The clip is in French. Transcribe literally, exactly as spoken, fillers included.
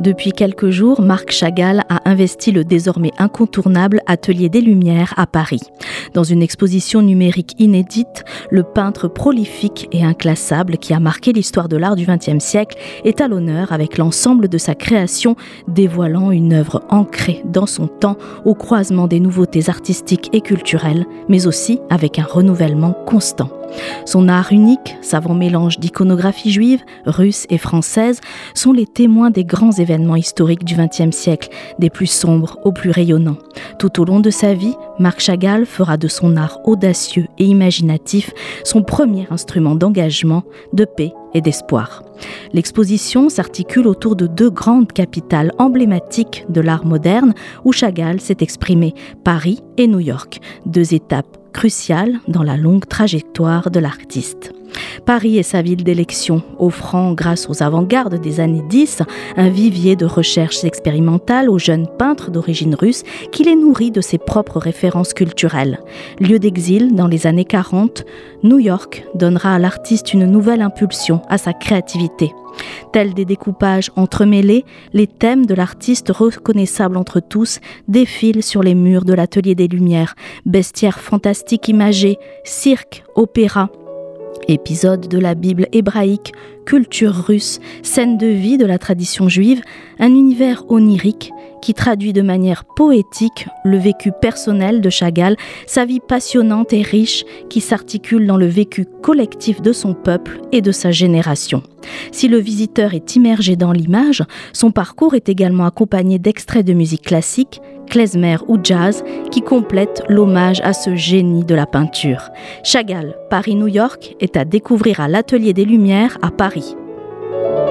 Depuis quelques jours, Marc Chagall a investi le désormais incontournable Atelier des Lumières à Paris. Dans une exposition numérique inédite, le peintre prolifique et inclassable qui a marqué l'histoire de l'art du vingtième siècle est à l'honneur avec l'ensemble de sa création, dévoilant une œuvre ancrée dans son temps au croisement des nouveautés artistiques et culturelles, mais aussi avec un renouvellement constant. Son art unique, savant mélange d'iconographie juive, russe et française, sont les témoins des grands événements historiques du vingtième siècle, des plus sombres aux plus rayonnants. Tout au long de sa vie, Marc Chagall fera de son art audacieux et imaginatif son premier instrument d'engagement, de paix et d'espoir. L'exposition s'articule autour de deux grandes capitales emblématiques de l'art moderne où Chagall s'est exprimé, Paris et New York, deux étapes cruciales dans la longue trajectoire de l'artiste. Paris est sa ville d'élection, offrant, grâce aux avant-gardes des années dix, un vivier de recherche expérimentale aux jeunes peintres d'origine russe qui les nourrit de ses propres références culturelles. Lieu d'exil dans les années quarante, New York donnera à l'artiste une nouvelle impulsion à sa créativité. Tels des découpages entremêlés, les thèmes de l'artiste reconnaissables entre tous défilent sur les murs de l'Atelier des Lumières, bestiaires fantastiques imagés, cirque, opéra, épisodes de la Bible hébraïque, culture russe, scènes de vie de la tradition juive, un univers onirique qui traduit de manière poétique le vécu personnel de Chagall, sa vie passionnante et riche qui s'articule dans le vécu collectif de son peuple et de sa génération. Si le visiteur est immergé dans l'image, son parcours est également accompagné d'extraits de musique classique, klezmer ou jazz qui complètent l'hommage à ce génie de la peinture. Chagall, Paris-New York est à découvrir à l'Atelier des Lumières à Paris.